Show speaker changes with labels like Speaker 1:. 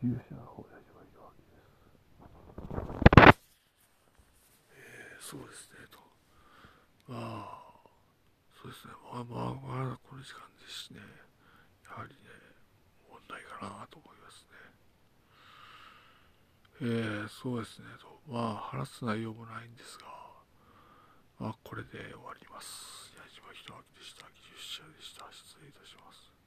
Speaker 1: 勇者の方矢島弘明です。そうですねと。そうですね。まだこの時間ですしね。やはりね、問題かなと思いますね。そうですねと。話す内容もないんですが、これで終わります。矢島弘明でした。技術者でした。失礼いたします。